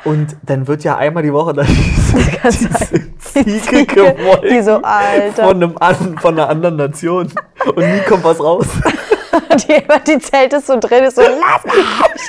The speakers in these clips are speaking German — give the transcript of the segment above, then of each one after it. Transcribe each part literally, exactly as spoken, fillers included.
Und dann wird ja einmal die Woche dann diese Ziege gemolken die so, Alter. Von, einem, an- von einer anderen Nation. Und nie kommt was raus. Die immer die Zelte so drin ist, so lass mich!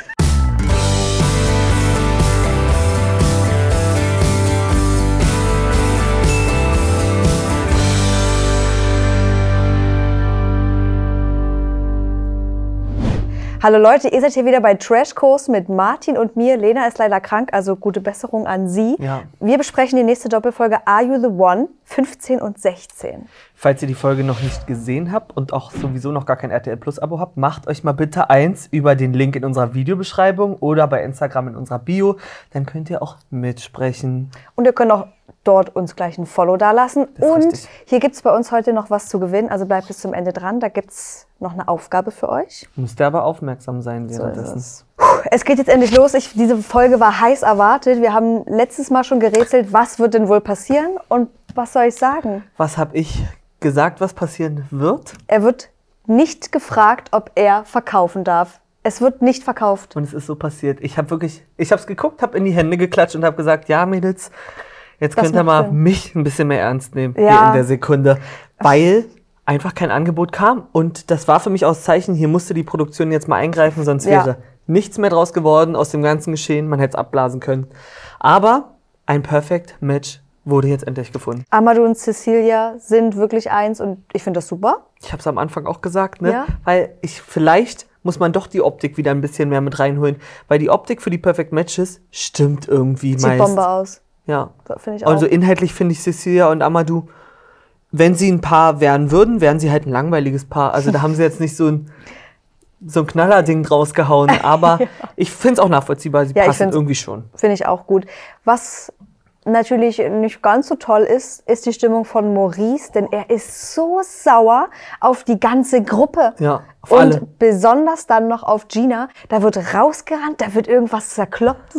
Hallo Leute, ihr seid hier wieder bei Trashkurs mit Martin und mir. Lena ist leider krank, also gute Besserung an sie. Ja. Wir besprechen die nächste Doppelfolge Are You The One? fünfzehn und sechzehn. Falls ihr die Folge noch nicht gesehen habt und auch sowieso noch gar kein R T L Plus Abo habt, macht euch mal bitte eins über den Link in unserer Videobeschreibung oder bei Instagram in unserer Bio. Dann könnt ihr auch mitsprechen. Und ihr könnt auch dort uns gleich ein Follow dalassen. Das ist Und richtig. hier gibt es bei uns heute noch was zu gewinnen, also bleibt bis zum Ende dran. Da gibt es noch eine Aufgabe für euch. Müsst ihr aber aufmerksam sein So währenddessen. ist es. Puh, es geht jetzt endlich los. Ich, diese Folge war heiß erwartet. Wir haben letztes Mal schon gerätselt, was wird denn wohl passieren? Und was soll ich sagen? Was habe ich gesagt, was passieren wird? Er wird nicht gefragt, ob er verkaufen darf. Es wird nicht verkauft. Und es ist so passiert. Ich habe wirklich, ich habe es geguckt, habe in die Hände geklatscht und habe gesagt, ja Mädels, jetzt Das könnt ihr macht mal Sinn. mich ein bisschen mehr ernst nehmen Ja. hier in der Sekunde. Weil einfach kein Angebot kam. Und das war für mich auch das Zeichen, hier musste die Produktion jetzt mal eingreifen, sonst Ja. wäre nichts mehr draus geworden aus dem ganzen Geschehen. Man hätte es abblasen können. Aber ein Perfect Match wurde jetzt endlich gefunden. Amadou und Cecilia sind wirklich eins und ich finde das super. Ich habe es am Anfang auch gesagt, ne? Ja. Weil ich vielleicht muss man doch die Optik wieder ein bisschen mehr mit reinholen, weil die Optik für die Perfect Matches stimmt irgendwie Sieht meist. Bombe aus. Ja. Finde ich auch. Also inhaltlich finde ich Cecilia und Amadou, wenn sie ein Paar werden würden, wären sie halt ein langweiliges Paar. Also da haben sie jetzt nicht so ein so ein Knallerding draus gehauen, aber ich finde es auch nachvollziehbar, sie Ja, ich passen find's- irgendwie schon. Finde ich auch gut. Was natürlich nicht ganz so toll ist, ist die Stimmung von Maurice, denn er ist so sauer auf die ganze Gruppe. Ja, auf Und alle. besonders dann noch auf Gina. Da wird rausgerannt, da wird irgendwas zerkloppt,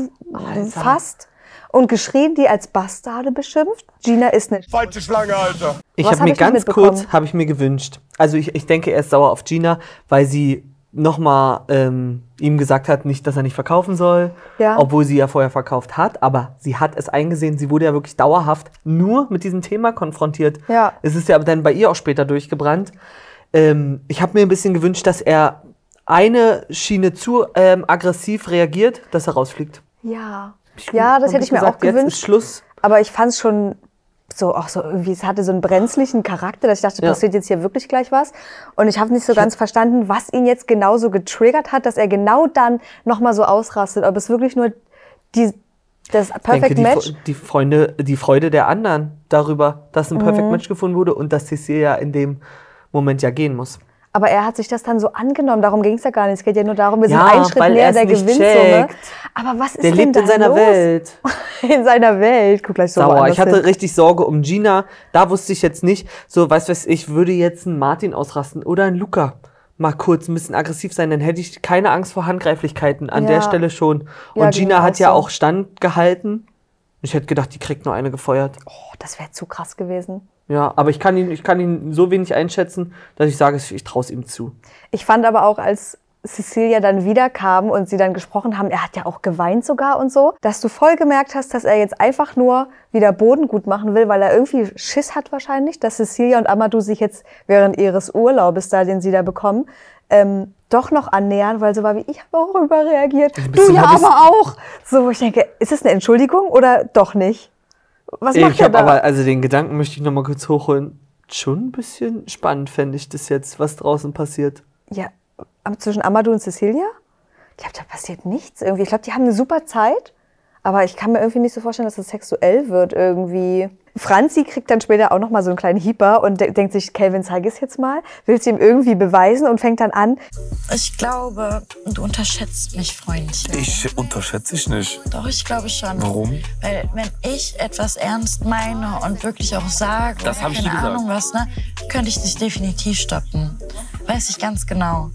fast. Und geschrien, die als Bastarde beschimpft. Gina ist eine... Falsche Schlange, Alter. Ich Was habe hab mir ich nicht ganz mitbekommen? kurz, habe ich mir gewünscht. Also ich, ich denke, er ist sauer auf Gina, weil sie nochmal ähm, ihm gesagt hat, nicht, dass er nicht verkaufen soll, Ja. obwohl sie ja vorher verkauft hat. Aber sie hat es eingesehen, sie wurde ja wirklich dauerhaft nur mit diesem Thema konfrontiert. Ja. Es ist ja aber dann bei ihr auch später durchgebrannt. Ähm, ich habe mir ein bisschen gewünscht, dass er eine Schiene zu ähm, aggressiv reagiert, dass er rausfliegt. Ja, ja, das Hab hätte ich mir gesagt, auch jetzt ist gewünscht. Schluss. Aber ich fand es schon so, auch so irgendwie, es hatte so einen brenzlichen Charakter, dass ich dachte, Ja. passiert jetzt hier wirklich gleich was. Und ich habe nicht so ganz verstanden, was ihn jetzt genau so getriggert hat, dass er genau dann nochmal so ausrastet. Ob es wirklich nur die, das Ich Perfect denke, die, Match... Fre- die, Freunde, die Freude der anderen darüber, dass ein Perfect Mhm. Match gefunden wurde und dass Cecilia in dem Moment ja gehen muss. Aber er hat sich das dann so angenommen. Darum ging es ja gar nicht. Es geht ja nur darum, wir Ja, sind einen Schritt weil näher er es der nicht Gewinnsumme. checkt. Aber was ist Der denn lebt da in seiner los? Welt. In seiner Welt. Guck gleich so Sauer. woanders Ich hatte hin. richtig Sorge um Gina. Da wusste ich jetzt nicht, so, weißt du was, ich würde jetzt einen Martin ausrasten oder einen Luca mal kurz ein bisschen aggressiv sein, dann hätte ich keine Angst vor Handgreiflichkeiten. An Ja. der Stelle schon. Und Ja, ging Gina mir hat auch ja so. auch Stand gehalten. Ich hätte gedacht, die kriegt nur eine gefeuert. Oh, das wäre zu krass gewesen. Ja, aber ich kann ihn, ich kann ihn so wenig einschätzen, dass ich sage, ich traue es ihm zu. Ich fand aber auch, als Cecilia dann wiederkam und sie dann gesprochen haben, er hat ja auch geweint sogar und so, dass du voll gemerkt hast, dass er jetzt einfach nur wieder Boden gut machen will, weil er irgendwie Schiss hat wahrscheinlich, dass Cecilia und Amadou sich jetzt während ihres Urlaubes da, den sie da bekommen, ähm, doch noch annähern, weil so war wie, ich habe auch überreagiert. Ein Du bisschen ja hab ich's- aber auch. So, wo ich denke, ist das eine Entschuldigung oder doch nicht? Was macht Ich er habe da? aber, also den Gedanken möchte ich noch mal kurz hochholen. Schon ein bisschen spannend fände ich das jetzt, was draußen passiert. Ja, aber zwischen Amadou und Cecilia? Ich glaube, da passiert nichts irgendwie. Ich glaube, die haben eine super Zeit, aber ich kann mir irgendwie nicht so vorstellen, dass das sexuell wird irgendwie. Franzi kriegt dann später auch noch mal so einen kleinen Hieper und de- denkt sich, Calvin, zeig es jetzt mal. Will es ihm irgendwie beweisen und fängt dann an. Ich glaube, du unterschätzt mich, Freundchen. Ich unterschätze dich nicht. Doch, ich glaube schon. Warum? Weil wenn ich etwas ernst meine und wirklich auch sage, Das oder hab ich keine nie gesagt. Ahnung was, ne, könnte ich dich definitiv stoppen. Weiß ich ganz genau.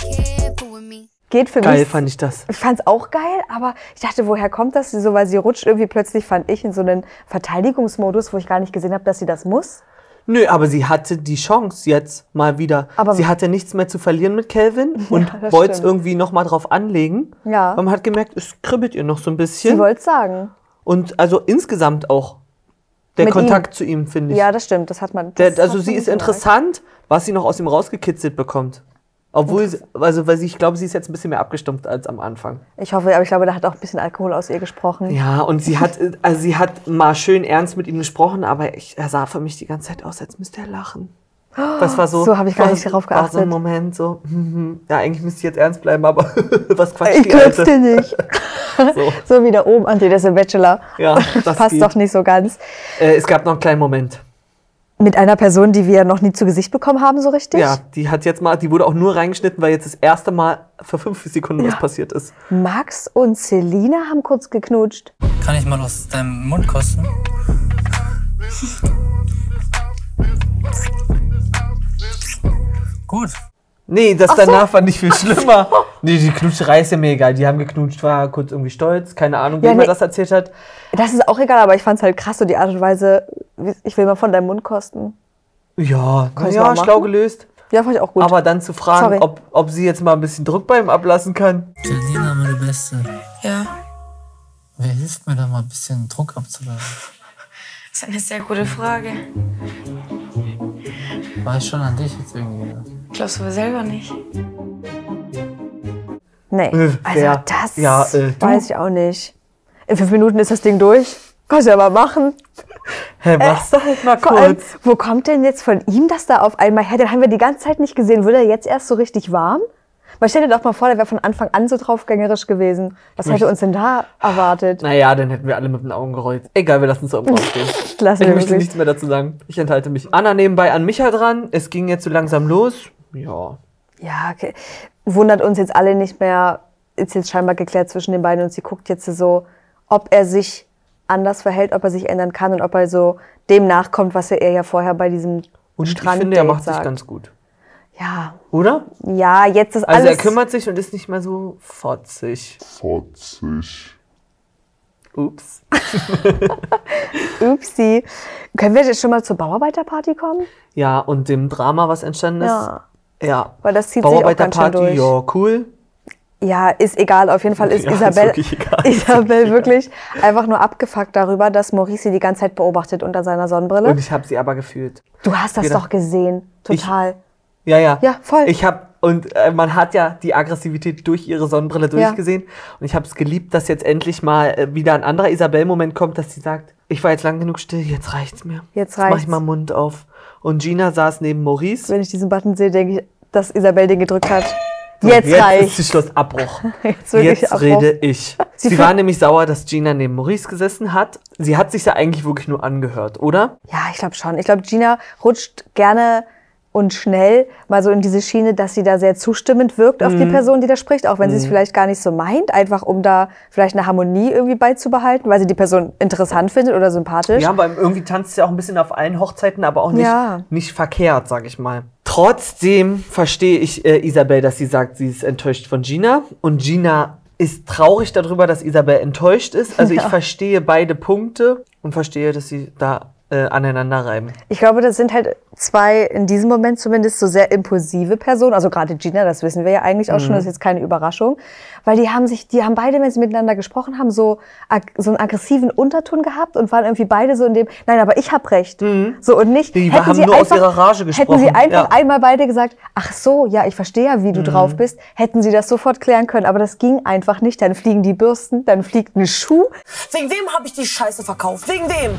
Geht für Geil mich. fand ich das. Ich fand's auch geil, aber ich dachte, woher kommt das? So, weil sie rutscht irgendwie plötzlich, fand ich, in so einen Verteidigungsmodus, wo ich gar nicht gesehen habe, dass sie das muss. Nö, aber sie hatte die Chance jetzt mal wieder. Aber sie hatte nichts mehr zu verlieren mit Calvin und das wollte es stimmt. irgendwie nochmal drauf anlegen. Ja. Aber man hat gemerkt, es kribbelt ihr noch so ein bisschen. Sie wollte es sagen. Und also insgesamt auch der Mit Kontakt ihm. zu ihm, finde ich. Ja, das stimmt. Das hat man. der, Das also hat sie man ist gemerkt. interessant, was sie noch aus ihm rausgekitzelt bekommt. Obwohl, sie, also weil sie, ich glaube, sie ist jetzt ein bisschen mehr abgestumpft als am Anfang. Ich hoffe, aber ich glaube, da hat auch ein bisschen Alkohol aus ihr gesprochen. Ja, und sie hat, also sie hat mal schön ernst mit ihm gesprochen, aber ich, er sah für mich die ganze Zeit aus, als müsste er lachen. Das war so. So habe ich gar war- nicht darauf War so ein geachtet. Moment so, hm, ja, eigentlich müsste ich jetzt ernst bleiben, aber was quatscht Ich die glaub's Alte? dir nicht. So. So wie da oben, Antje, der ist im Bachelor. Ja, das Passt geht. doch nicht so ganz. Äh, es gab noch einen kleinen Moment. Mit einer Person, die wir noch nie zu Gesicht bekommen haben, so richtig. Ja, die hat jetzt mal, die wurde auch nur reingeschnitten, weil jetzt das erste Mal für fünf Sekunden was passiert ist. Max und Selina haben kurz geknutscht. Kann ich mal aus deinem Mund kosten? Gut. Nee, das danach fand ich viel schlimmer. Nee, die Knutscherei ist ja mir egal. Die haben geknutscht, war kurz irgendwie stolz. Keine Ahnung, wie Ja, man nee. das erzählt hat. Das ist auch egal, aber ich fand's halt krass, so die Art und Weise, wie- ich will mal von deinem Mund kosten. Ja, Kann ich ja mal schlau machen? gelöst. Ja, fand ich auch gut. Aber dann zu fragen, Sorry. ob, ob sie jetzt mal ein bisschen Druck bei ihm ablassen kann. Janina, meine Beste. Ja, Wer hilft mir da mal ein bisschen Druck abzuladen? das ist eine sehr gute Frage. War ich schon an dich jetzt irgendwie? Ne? Glaubst du aber selber nicht? nee, Äh, also wer? das Ja, äh, du? weiß ich auch nicht. In fünf Minuten ist das Ding durch. Kannst du ja mal machen. Hä, machst du halt mal Vor allem, kurz. wo kommt denn jetzt von ihm das da auf einmal her? Den haben wir die ganze Zeit nicht gesehen. Wurde er jetzt erst so richtig warm? Weil stell dir doch mal vor, der wäre von Anfang an so draufgängerisch gewesen. Was hätte uns denn da erwartet? Naja, dann hätten wir alle mit den Augen gerollt. Egal, wir lassen es so im Raum stehen. Lassen Ich wir möchte wirklich. nichts mehr dazu sagen. Ich enthalte mich. Anna nebenbei an Micha dran. Es ging jetzt so langsam los. Ja. Ja, okay. Wundert uns jetzt alle nicht mehr. Ist jetzt scheinbar geklärt zwischen den beiden und sie guckt jetzt so, ob er sich anders verhält, ob er sich ändern kann und ob er so dem nachkommt, was er ihr ja vorher bei diesem Und ich Strand finde, er macht sich sagt. ganz gut. Ja, Oder? ja, jetzt ist Also alles. er kümmert sich und ist nicht mehr so fotzig. Fotzig. Ups. Upsi. Können wir jetzt schon mal zur Bauarbeiterparty kommen? Ja, und dem Drama, was entstanden ist. Ja. Ja. Weil das zieht sich auch ganz schön Bauarbeiterparty, durch. ja, cool. Ja, ist egal. Auf jeden Fall ist Ja, ist Isabel, wirklich egal. Isabel wirklich einfach nur abgefuckt darüber, dass Maurice sie die ganze Zeit beobachtet unter seiner Sonnenbrille. Und ich habe sie aber gefühlt. Du hast das gedacht- doch gesehen. Total. Ja, ja. Ja, voll. Ich habe und äh, man hat ja die Aggressivität durch ihre Sonnenbrille durchgesehen und ich habe es geliebt, dass jetzt endlich mal äh, wieder ein anderer Isabel-Moment kommt, dass sie sagt, ich war jetzt lang genug still, jetzt reicht's mir. Jetzt mach reicht's. ich mal Mund auf. Und Gina saß neben Maurice. Wenn ich diesen Button sehe, denke ich, dass Isabel den gedrückt hat. So, Jetzt, jetzt reicht. ist Schluss, Abbruch. Jetzt wirklich Jetzt Abbruch. rede ich. Sie Sie, fühlt- war nämlich sauer, dass Gina neben Maurice gesessen hat. Sie hat sich ja eigentlich wirklich nur angehört, oder? Ja, ich glaube schon. Ich glaube, Gina rutscht gerne und schnell mal so in diese Schiene, dass sie da sehr zustimmend wirkt auf die Mhm. Person, die da spricht, auch wenn sie es vielleicht gar nicht so meint, einfach um da vielleicht eine Harmonie irgendwie beizubehalten, weil sie die Person interessant findet oder sympathisch. Ja, aber irgendwie tanzt sie auch ein bisschen auf allen Hochzeiten, aber auch nicht, Ja. nicht verkehrt, sag ich mal. Trotzdem verstehe ich äh, Isabel, dass sie sagt, sie ist enttäuscht von Gina. Und Gina ist traurig darüber, dass Isabel enttäuscht ist. Also ich verstehe beide Punkte und verstehe, dass sie da äh, aneinander reiben. Ich glaube, das sind halt zwei, in diesem Moment zumindest, so sehr impulsive Personen. Also gerade Gina, das wissen wir ja eigentlich auch schon, das ist jetzt keine Überraschung. Weil die haben sich, die haben beide, wenn sie miteinander gesprochen haben, so, ag- so einen aggressiven Unterton gehabt und waren irgendwie beide so in dem, nein, aber ich hab recht. So und nicht. Die hätten haben sie nur aus einfach, ihrer Rage Hätten sie gesprochen, einfach ja. einmal beide gesagt, ach so, ja, ich verstehe ja, wie du drauf bist, hätten sie das sofort klären können. Aber das ging einfach nicht. Dann fliegen die Bürsten, dann fliegt ein Schuh. Wegen wem habe ich die Scheiße verkauft? Wegen wem?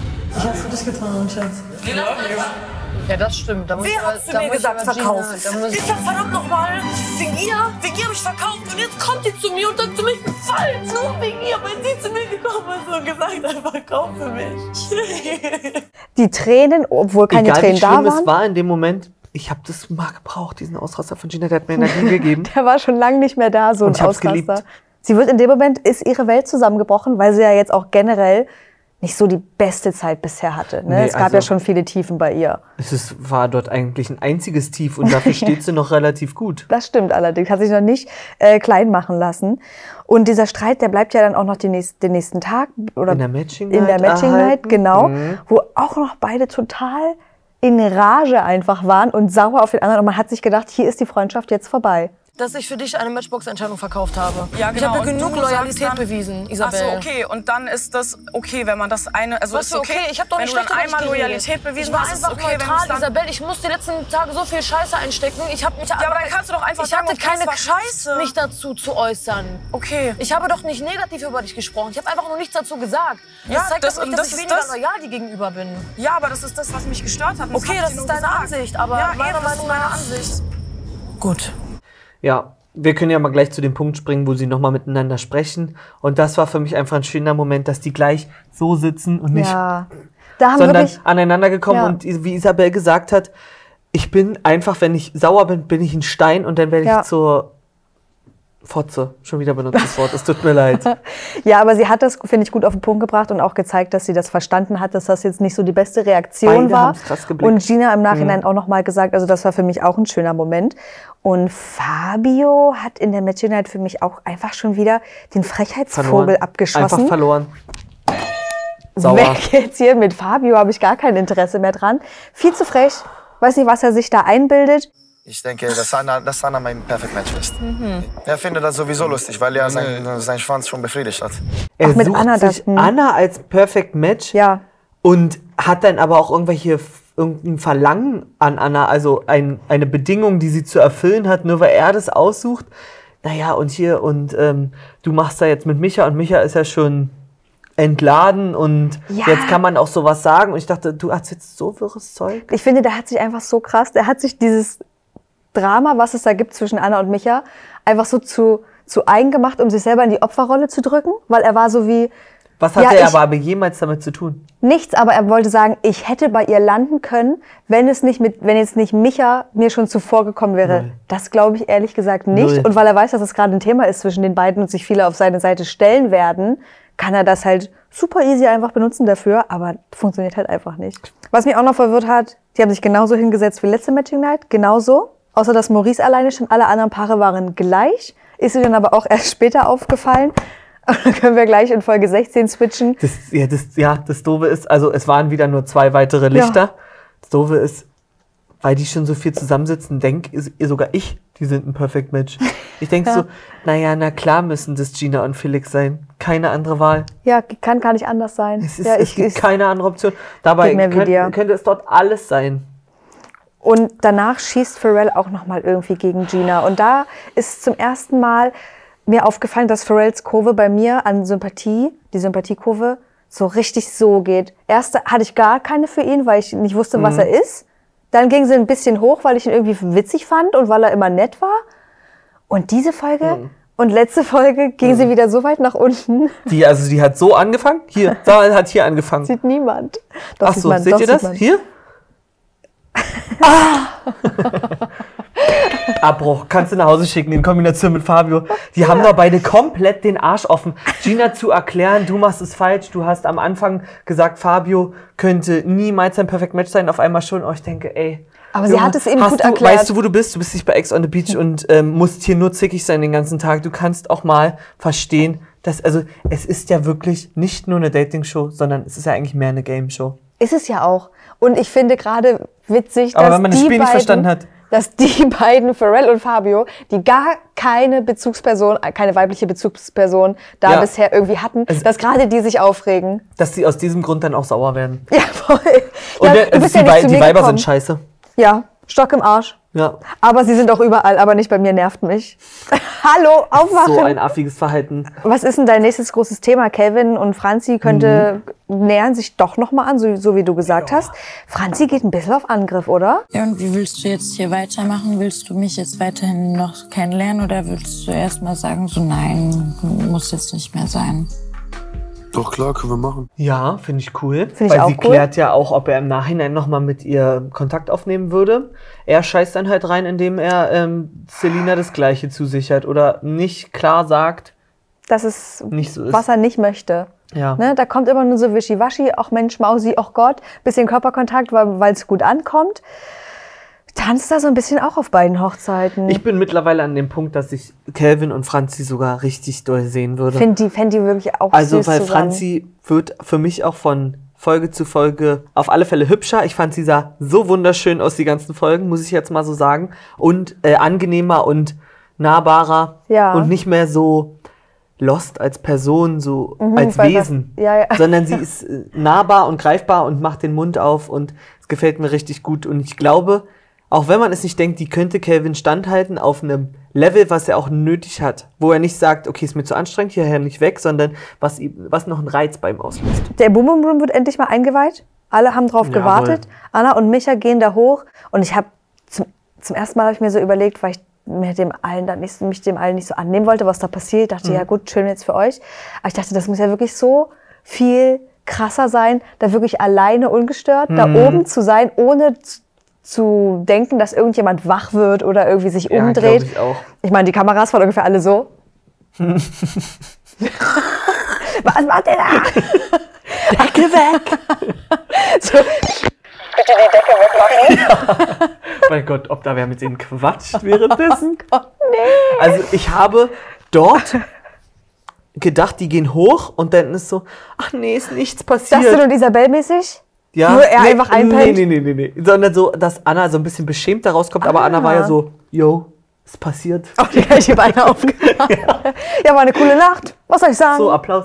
Ja, das stimmt. Da muss ich Wer aber- hat zu da mir muss ich gesagt, aber Gina- verkauft? da muss Ich sag verdammt nochmal, wegen ihr, wegen ihr habe ich verkauft und jetzt kommt die zu mir und sagt zu mir, ich bin falsch, nur wegen ihr, weil sie zu mir gekommen ist und gesagt hat, verkauf für mich. Die Tränen, obwohl keine Egal Tränen wie da schlimm waren. es war in dem Moment, ich habe das mal gebraucht, diesen Ausraster von Gina, der hat mir Energie gegeben. Der war schon lange nicht mehr da, so Und ein ich hab's Ausraster. geliebt. Sie wird in dem Moment, ist ihre Welt zusammengebrochen, weil sie ja jetzt auch generell nicht so die beste Zeit bisher hatte. Ne? Nee, es gab also- ja schon viele Tiefen bei ihr. Es ist, war dort eigentlich ein einziges Tief und dafür steht sie noch relativ gut. Das stimmt allerdings, hat sich noch nicht äh, klein machen lassen. Und dieser Streit, der bleibt ja dann auch noch die nächst, den nächsten Tag. Oder In der Matching in der Night Matching Night, erhalten. genau. Mhm. Wo auch noch beide total in Rage einfach waren und sauer auf den anderen. Und man hat sich gedacht, hier ist die Freundschaft jetzt vorbei. Dass ich für dich eine Matchbox-Entscheidung verkauft habe. Ja, Ich habe genau. dir genug Und du Loyalität sagst dann- bewiesen, Ach Isabel. so, okay. Und dann ist das okay, wenn man das eine... Also Was ist für okay, okay? Ich habe doch wenn nicht du dann schlecht über dich einmal geredet. Loyalität bewiesen Ich war hast, ist einfach okay, wenn neutral, du's dann... Isabel. Ich musste die letzten Tage so viel Scheiße einstecken. Ich habe mich Ja, aber dann kannst du doch einfach ich sagen, hatte okay, keine es war scheiße. mich dazu zu äußern. Okay. Ich habe doch nicht negativ über dich gesprochen. Ich habe einfach nur nichts dazu gesagt. Ja, das zeigt das- doch nicht, und dass das ich ist weniger das- loyal dir gegenüber bin. Ja, aber das ist das, was mich gestört hat. Und Okay, hab das ich dir ist nur deine gesagt. Ansicht, aber ja, meiner eben, das ist Meinung meine nach- Ansicht. Gut. Ja, wir können ja mal gleich zu dem Punkt springen, wo sie nochmal miteinander sprechen. Und das war für mich einfach ein schöner Moment, dass die gleich so sitzen und nicht, Ja, da haben sondern wirklich... aneinander gekommen. Ja. Und wie Isabel gesagt hat, ich bin einfach, wenn ich sauer bin, bin ich ein Stein und dann werde ich Ja. zur Fotze. Schon wieder benutzt das Wort, es tut mir leid. Ja, aber sie hat das, finde ich, gut auf den Punkt gebracht und auch gezeigt, dass sie das verstanden hat, dass das jetzt nicht so die beste Reaktion Beide war. haben's krass geblickt. Und Gina im Nachhinein auch nochmal gesagt, also das war für mich auch ein schöner Moment. Und Fabio hat in der Match Night für mich auch einfach schon wieder den Frechheitsvogel Verloren. abgeschossen. Einfach verloren. Sauer. Weg jetzt hier, mit Fabio habe ich gar kein Interesse mehr dran. Viel zu frech. Weiß nicht, was er sich da einbildet. Ich denke, dass Anna, dass Anna mein Perfect Match ist. Er findet das sowieso lustig, weil er seinen sein Schwanz schon befriedigt hat. Er Ach, mit sucht Anna sich das- hm. Anna als Perfect Match Ja. und hat dann aber auch irgendwelche irgendein Verlangen an Anna, also ein, eine Bedingung, die sie zu erfüllen hat, nur weil er das aussucht. Naja, und hier, und ähm, du machst da jetzt mit Micha und Micha ist ja schon entladen und Ja. jetzt kann man auch sowas sagen. Und ich dachte, du hast jetzt so wirres Zeug. Ich finde, der hat sich einfach so krass, der hat sich dieses Drama, was es da gibt zwischen Anna und Micha, einfach so zu, zu eigen gemacht, um sich selber in die Opferrolle zu drücken, weil er war so wie, Was hat Ja, er ich- aber jemals damit zu tun? nichts, aber er wollte sagen, ich hätte bei ihr landen können, wenn es nicht mit, wenn jetzt nicht Micha mir schon zuvor gekommen wäre. Null. Das glaube ich ehrlich gesagt nicht. Null. Und weil er weiß, dass das gerade ein Thema ist zwischen den beiden und sich viele auf seine Seite stellen werden, kann er das halt super easy einfach benutzen dafür, aber funktioniert halt einfach nicht. Was mich auch noch verwirrt hat, die haben sich genauso hingesetzt wie letzte Matching Night, genauso. Außer dass Maurice alleine stand, alle anderen Paare waren gleich. Ist ihr dann aber auch erst später aufgefallen. Und dann können wir gleich in Folge sechzehn switchen. Das, ja, das, ja, das Doofe ist, also es waren wieder nur zwei weitere Lichter. Ja. Das Doofe ist, weil die schon so viel zusammensitzen, denke sogar ich, die sind ein Perfect Match. Ich denke Ja. so, naja, na klar müssen das Gina und Felix sein. Keine andere Wahl. Ja, kann gar nicht anders sein. Es, ist, ja, es ich, gibt ich, keine andere Option. Dabei Geht mir wie könnt, dir. könnte es dort alles sein. Und danach schießt Pharrell auch nochmal irgendwie gegen Gina. Und da ist zum ersten Mal mir aufgefallen, dass Pharrells Kurve bei mir an Sympathie, die Sympathiekurve, so richtig so geht. Erst hatte ich gar keine für ihn, weil ich nicht wusste, was er ist. Dann ging sie ein bisschen hoch, weil ich ihn irgendwie witzig fand und weil er immer nett war. Und diese Folge und letzte Folge ging sie wieder so weit nach unten, Die, also die hat so angefangen. Hier, da hat hier angefangen. sieht niemand. Doch, Ach sieht so, man, seht doch, ihr sieht das? man. Hier? Ah! Abbruch, kannst du nach Hause schicken in Kombination mit Fabio. Die haben da beide komplett den Arsch offen. Gina zu erklären, du machst es falsch. Du hast am Anfang gesagt, Fabio könnte niemals ein Perfect Match sein. Auf einmal schon. Oh, ich denke, ey. Aber sie Junge, hat es eben hast gut du, erklärt. Weißt du, wo du bist? Du bist nicht bei Ex on the Beach und ähm, musst hier nur zickig sein den ganzen Tag. Du kannst auch mal verstehen, dass, also, es ist ja wirklich nicht nur eine Dating-Show, sondern es ist ja eigentlich mehr eine Game-Show. Ist es ja auch. Und ich finde gerade witzig, Aber dass wenn man das die Spiel nicht beiden, verstanden hat. dass die beiden, Pharrell und Fabio, die gar keine Bezugsperson, äh, keine weibliche Bezugsperson da Ja. bisher irgendwie hatten, Also- dass gerade die sich aufregen. Dass sie aus diesem Grund dann auch sauer werden. Ja, voll. Und ja, der, du also bist die, ja nicht Wei- zu die mir Weiber gekommen. sind scheiße. Ja, Stock im Arsch. Ja. Aber sie sind auch überall, aber nicht bei mir, nervt mich. Hallo, aufwachen! So ein affiges Verhalten. Was ist denn dein nächstes großes Thema? Kelvin und Franzi könnte nähern sich doch noch mal an, so, so wie du gesagt hast. Franzi geht ein bisschen auf Angriff, oder? Ja, und wie willst du jetzt hier weitermachen? Willst du mich jetzt weiterhin noch kennenlernen oder willst du erst mal sagen, so nein, muss jetzt nicht mehr sein? Doch klar, können wir machen. Ja, finde ich cool. Find ich Weil auch sie cool. klärt ja auch, ob er im Nachhinein nochmal mit ihr Kontakt aufnehmen würde. Er scheißt dann halt rein, indem er ähm, Selina das Gleiche zusichert oder nicht klar sagt, Das ist, nicht so ist. was er nicht möchte. Ja. Ne, da kommt immer nur so Wischiwaschi, auch Mensch, Mausi, auch Gott, bisschen Körperkontakt, weil es gut ankommt. Tanzt da so ein bisschen auch auf beiden Hochzeiten. Ich bin mittlerweile an dem Punkt, dass ich Calvin und Franzi sogar richtig doll sehen würde. finde die, fänd die wirklich auch Also, süß weil zusammen. Franzi wird für mich auch von Folge zu Folge auf alle Fälle hübscher. Ich fand, sie sah so wunderschön aus, die ganzen Folgen, muss ich jetzt mal so sagen. Und äh, angenehmer und nahbarer Ja. und nicht mehr so lost als Person, so Mhm, als weil Wesen, das- ja, ja. sondern sie ist äh, nahbar und greifbar und macht den Mund auf und es gefällt mir richtig gut. Und ich glaube, auch wenn man es nicht denkt, die könnte Calvin standhalten auf einem Level, was er auch nötig hat, wo er nicht sagt, okay, ist mir zu anstrengend, hierher nicht weg, sondern was, ihm- was noch einen Reiz bei ihm auslöst. Der Boom Boom Room wird endlich mal eingeweiht. Alle haben drauf Jawohl. gewartet. Anna und Micha gehen da hoch. Und ich habe zum, zum ersten Mal habe ich mir so überlegt, weil ich mir dem allen dann nicht, mich dem allen nicht so annehmen wollte, was da passiert. Ich dachte, Mhm. ja gut, schön jetzt für euch. Aber ich dachte, das muss ja wirklich so viel krasser sein, da wirklich alleine ungestört da Mhm. oben zu sein, ohne zu, zu denken, dass irgendjemand wach wird oder irgendwie sich Ja, umdreht. glaub ich auch. Ich meine, die Kameras waren ungefähr alle so. Was macht ihr da? Decke weg! So, bitte die Decke wegmachen. Mein Gott, ob da wer mit denen quatscht währenddessen? Oh Gott, nee. Also ich habe dort gedacht, die gehen hoch und dann ist so, ach nee, ist nichts passiert. Dustin und Isabel mäßig? Ja, Nur er nee, einfach einpennt? Nee, nee, nee, nee, nee. Sondern so, dass Anna so ein bisschen beschämt da rauskommt, aber Ah. Anna war ja so, yo, ist passiert. Auf die gleiche Beine aufgemacht. ja. ja, war eine coole Nacht. Was soll ich sagen? So, Applaus.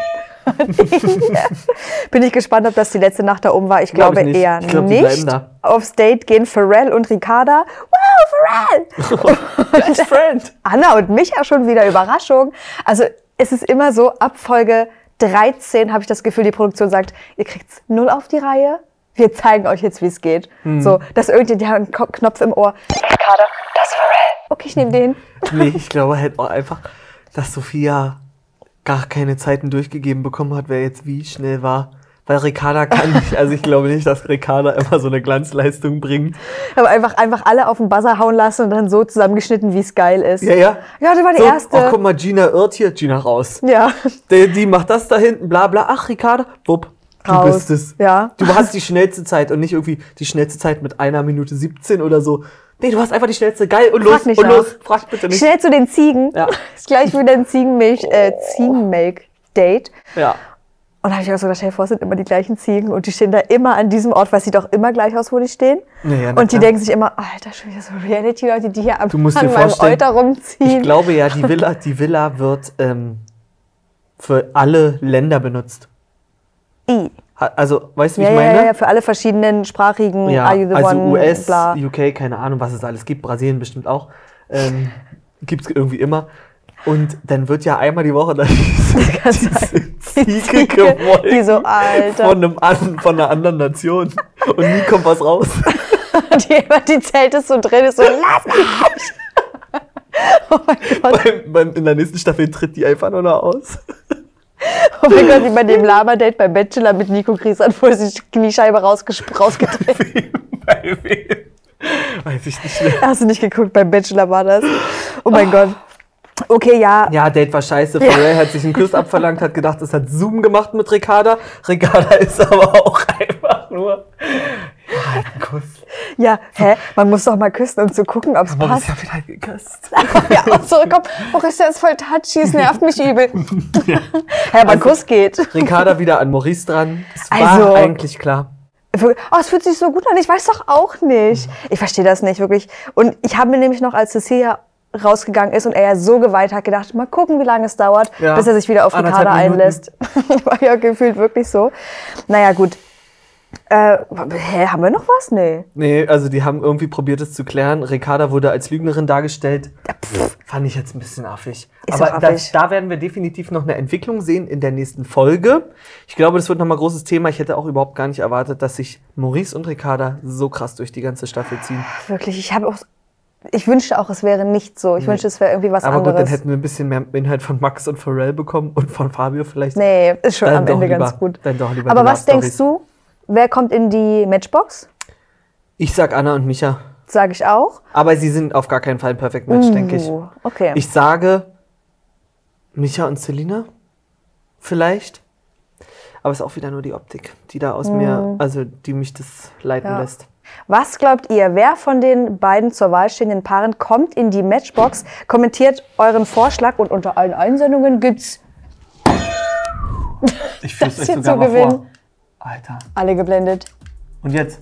Bin ich gespannt, ob das die letzte Nacht da oben war. Ich Glaub glaube ich nicht. eher Ich glaub, die bleiben nicht. da. Aufs Date gehen Pharrell und Ricarda. Wow, Pharrell! Best friend. Anna und Micha schon wieder Überraschung. Also es ist immer so, ab Folge dreizehn habe ich das Gefühl, die Produktion sagt, ihr kriegt's null auf die Reihe. Wir zeigen euch jetzt, wie es geht. Hm. So, dass irgendjemand, die haben einen Ko- Knopf im Ohr. Ricarda, das ist Pharrell. Okay, ich nehme den. Nee, ich glaube halt auch einfach, dass Sophia gar keine Zeiten durchgegeben bekommen hat, wer jetzt wie schnell war. Weil Ricarda kann nicht, also ich glaube nicht, dass Ricarda immer so eine Glanzleistung bringt. Aber einfach, einfach alle auf den Buzzer hauen lassen und dann so zusammengeschnitten, wie es geil ist. Ja, ja. Ja, das war die so, erste. Oh, guck mal, Gina irrt hier, Gina raus. Ja. Die, die macht das da hinten, bla bla. Ach, Ricarda, wupp, du Raus. bist es. Ja. Du hast die schnellste Zeit und nicht irgendwie die schnellste Zeit mit einer Minute siebzehn oder so. Nee, du hast einfach die schnellste. Geil, und los, Frag nicht und nach. los. Frag bitte nicht. Schnell zu den Ziegen. Ja. Ist gleich wieder ein Ziegenmilch, äh, Ziegenmelk-Date. Ja. Und da habe ich auch so gedacht, hey, vor, es sind immer die gleichen Ziegen. Und die stehen da immer an diesem Ort, weil es sieht auch immer gleich aus, wo die stehen. Ja, ja, na und die klar. denken sich immer, Alter, schon wieder so Reality-Leute, die hier am, Du musst an dir meinem vorstellen, Euter rumziehen. ich glaube ja, die Villa, die Villa wird ähm, für alle Länder benutzt. I. Ha- Also, weißt du, wie Ja, ich ja, meine? ja, für alle verschiedenen sprachigen, Ja, Are You The also One, U S, bla. U K, keine Ahnung, was es alles gibt. Brasilien bestimmt auch. Ähm, Gibt es irgendwie immer. Und dann wird ja einmal die Woche dann diese, diese Ziege Ziege, gemolken die so, Alter. Von, einem an, von einer anderen Nation. Und nie kommt was raus. Die immer die Zelte so drin ist, so, lass mich! Oh mein Gott. beim, beim, in der nächsten Staffel tritt die einfach nur noch aus. Oh mein Gott, wie bei dem Lama-Date beim Bachelor mit Nico Griesand, wo er sich die Kniescheibe rausges- rausgedreht. Bei wem? Weiß ich nicht mehr. Hast du nicht geguckt? Beim Bachelor war das. Oh mein Gott. Okay, ja. Ja, Date war scheiße. Pharrell hat sich einen Kuss abverlangt, hat gedacht, es hat Zoom gemacht mit Ricarda. Ricarda ist aber auch einfach nur... Ja, halt einen Kuss. Ja, hä? Man muss doch mal küssen, um zu gucken, ob es Aber passt. ich hab wieder geküsst. Ja, auch zurückkommen. Borussia ist voll touchy, es nervt mich übel. Ja, aber ein Kuss geht. Ricarda wieder an Maurice dran. Es war Also- eigentlich klar. Oh, es fühlt sich so gut an. Ich weiß doch auch nicht. Ich verstehe das nicht, wirklich. Und ich habe mir nämlich noch, als Cecilia rausgegangen ist und er ja so geweint hat, gedacht, mal gucken, wie lange es dauert, Ja, bis er sich wieder auf anderthalb Ricarda Minuten. einlässt. War ja gefühlt wirklich so. Naja, gut. Äh, hä, haben wir noch was? Nee. Nee, also die haben irgendwie probiert, es zu klären. Ricarda wurde als Lügnerin dargestellt. Fand ich jetzt ein bisschen affig. Ist Aber auch das, affig. da werden wir definitiv noch eine Entwicklung sehen in der nächsten Folge. Ich glaube, das wird nochmal ein großes Thema. Ich hätte auch überhaupt gar nicht erwartet, dass sich Maurice und Ricarda so krass durch die ganze Staffel ziehen. Wirklich, ich habe auch. Ich wünschte auch, es wäre nicht so. Ich Nee. wünschte, es wäre irgendwie was Aber anderes. gut, dann hätten wir ein bisschen mehr Inhalt von Max und Pharrell bekommen und von Fabio vielleicht. Nee, ist schon Dann am doch Ende lieber- ganz gut. dann doch lieber Aber die was Love denkst Stories. du, wer kommt in die Matchbox? Ich sag Anna und Micha. Sage ich auch. Aber sie sind auf gar keinen Fall ein Perfect Match, Uh, denke ich. okay. Ich sage Micha und Selina vielleicht. Aber es ist auch wieder nur die Optik, die da aus Mhm. mir, also die mich das leiten Ja. lässt. Was glaubt ihr, wer von den beiden zur Wahl stehenden Paaren kommt in die Matchbox? Kommentiert euren Vorschlag und unter allen Einsendungen gibt's Ich das hier zu gewinnen. Alter. Alle geblendet. Und jetzt?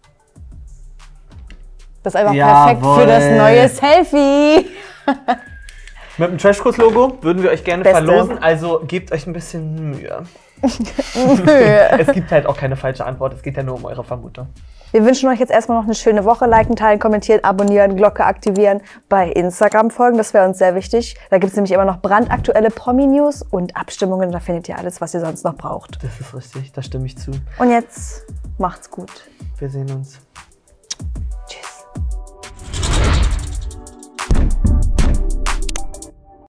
Das ist einfach Jawohl. perfekt für das neue Selfie. Mit dem Trashkurs-Logo würden wir euch gerne Beste. verlosen, also gebt euch ein bisschen Mühe. Es gibt halt auch keine falsche Antwort, es geht ja nur um eure Vermutung. Wir wünschen euch jetzt erstmal noch eine schöne Woche. Liken, teilen, kommentieren, abonnieren, Glocke aktivieren, bei Instagram folgen, das wäre uns sehr wichtig. Da gibt es nämlich immer noch brandaktuelle Promi-News und Abstimmungen. Da findet ihr alles, was ihr sonst noch braucht. Das ist richtig, da stimme ich zu. Und jetzt macht's gut. Wir sehen uns.